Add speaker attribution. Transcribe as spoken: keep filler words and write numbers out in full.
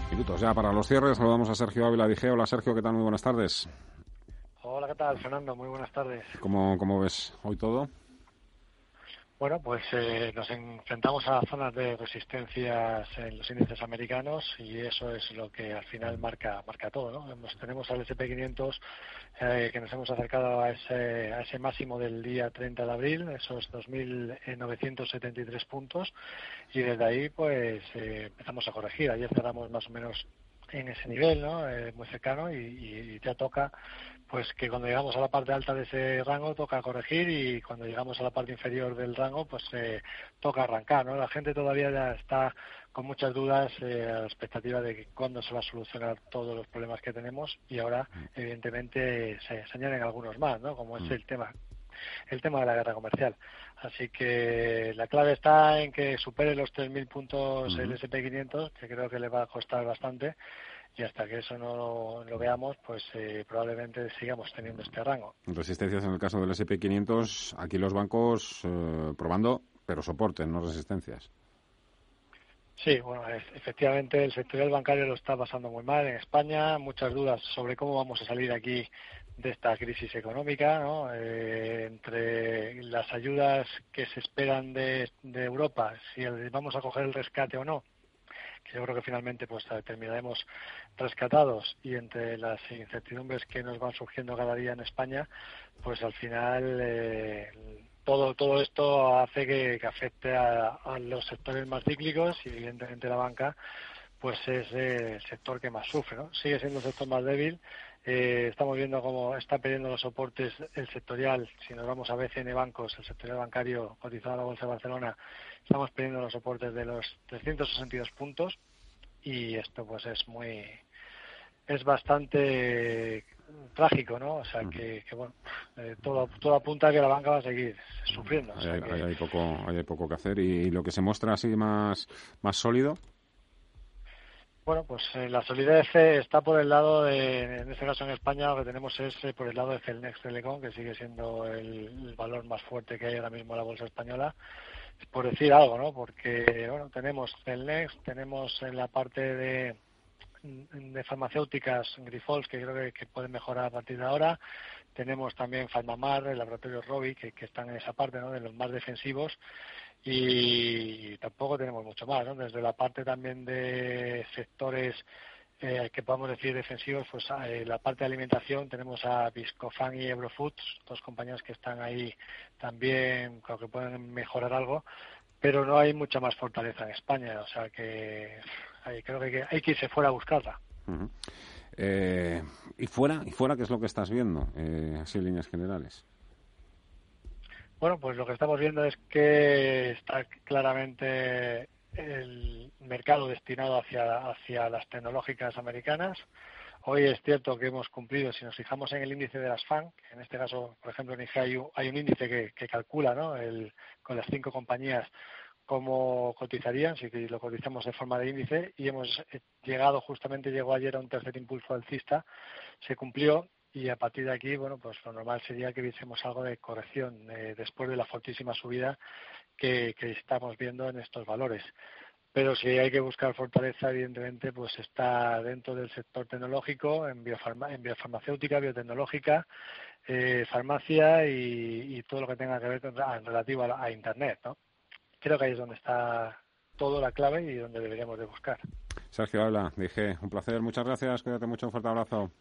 Speaker 1: Minutos ya para los cierres. Saludamos a Sergio Ávila Vigeo. Hola Sergio, ¿qué tal? Muy buenas tardes.
Speaker 2: Hola, ¿qué tal, Fernando? Muy buenas tardes.
Speaker 1: ¿Cómo, cómo ves hoy todo?
Speaker 2: Bueno, pues eh, nos enfrentamos a zonas de resistencias en los índices americanos y eso es lo que al final marca marca todo, ¿no? Nos tenemos al ese and pe quinientos eh, que nos hemos acercado a ese a ese máximo del día treinta de abril, esos dos mil novecientos setenta y tres puntos, y desde ahí pues eh, empezamos a corregir. Ayer cerramos más o menos en ese nivel, ¿no? Eh, muy cercano y, y, y ya toca pues que cuando llegamos a la parte alta de ese rango toca corregir y cuando llegamos a la parte inferior del rango pues eh, toca arrancar, ¿no? La gente todavía ya está con muchas dudas eh, a la expectativa de que cuándo se va a solucionar todos los problemas que tenemos y ahora evidentemente se, se añaden algunos más, ¿no? Como es el tema el tema de la guerra comercial. Así que la clave está en que supere los tres mil puntos
Speaker 1: Uh-huh.
Speaker 2: el ese and pe quinientos, que creo que le va a costar bastante, y hasta que eso no lo, lo veamos, pues eh, probablemente sigamos teniendo este rango.
Speaker 1: Resistencias en el caso del ese and pe quinientos. Aquí los bancos eh, probando, pero soporte, no resistencias.
Speaker 2: Sí, bueno, es, efectivamente el sector bancario lo está pasando muy mal en España, muchas dudas sobre cómo vamos a salir aquí de esta crisis económica, ¿no? Eh, entre las ayudas que se esperan de, de Europa, si el, vamos a coger el rescate o no, que yo creo que finalmente pues terminaremos rescatados, y entre las incertidumbres que nos van surgiendo cada día en España, pues al final eh, todo todo esto hace que, que afecte a, a los sectores más cíclicos y evidentemente la banca pues es eh, el sector que más sufre, ¿no? Sigue siendo el sector más débil. Eh, estamos viendo cómo está perdiendo los soportes el sectorial. Si nos vamos a B C N Bancos, el sectorial bancario cotizado en la Bolsa de Barcelona, estamos perdiendo los soportes de los trescientos sesenta y dos puntos, y esto pues es muy es bastante trágico, ¿no? O sea que, que bueno, eh, todo todo apunta a que la banca va a seguir sufriendo. O
Speaker 1: Ahí
Speaker 2: sea
Speaker 1: hay, ahí
Speaker 2: que
Speaker 1: hay poco, ahí hay poco que hacer. Y, y lo que se muestra así más, más sólido.
Speaker 2: Bueno, pues eh, la solidez eh, está por el lado de, en este caso en España, lo que tenemos es eh, por el lado de Celnex Telecom, que sigue siendo el, el valor más fuerte que hay ahora mismo en la bolsa española, por decir algo, ¿no? Porque, bueno, tenemos Celnex, tenemos en la parte de, de farmacéuticas Grifols, que creo que, que pueden mejorar a partir de ahora. Tenemos también Farmamar, el laboratorio Robi, que, que están en esa parte, ¿no?, de los más defensivos, y tampoco tenemos mucho más, ¿no? Desde la parte también de sectores eh, que podamos decir defensivos, pues eh, la parte de alimentación tenemos a Viscofan y Eurofoods, dos compañías que están ahí también, creo que pueden mejorar algo, pero no hay mucha más fortaleza en España, o sea que hay, creo que hay, que hay que irse fuera a buscarla.
Speaker 1: Uh-huh. eh, y fuera, y fuera, ¿qué es lo que estás viendo? Eh, así en líneas generales.
Speaker 2: Bueno, pues lo que estamos viendo es que está claramente el mercado destinado hacia, hacia las tecnológicas americanas. Hoy es cierto que hemos cumplido, si nos fijamos en el índice de las F A N, en este caso, por ejemplo, en I G E hay un, hay un índice que, que calcula, ¿no?, el, con las cinco compañías cómo cotizarían, si lo cotizamos de forma de índice, y hemos llegado, justamente llegó ayer a un tercer impulso alcista, se cumplió, y a partir de aquí, bueno, pues lo normal sería que viésemos algo de corrección eh, después de la fortísima subida que, que estamos viendo en estos valores. Pero si hay que buscar fortaleza, evidentemente, pues está dentro del sector tecnológico, en, biofarma, en biofarmacéutica, biotecnológica, eh, farmacia y, y todo lo que tenga que ver con, en relativo a, a Internet, ¿no? Creo que ahí es donde está todo la clave y donde deberíamos de buscar.
Speaker 1: Sergio Ávila, dije, un placer, muchas gracias, cuídate mucho, un fuerte abrazo.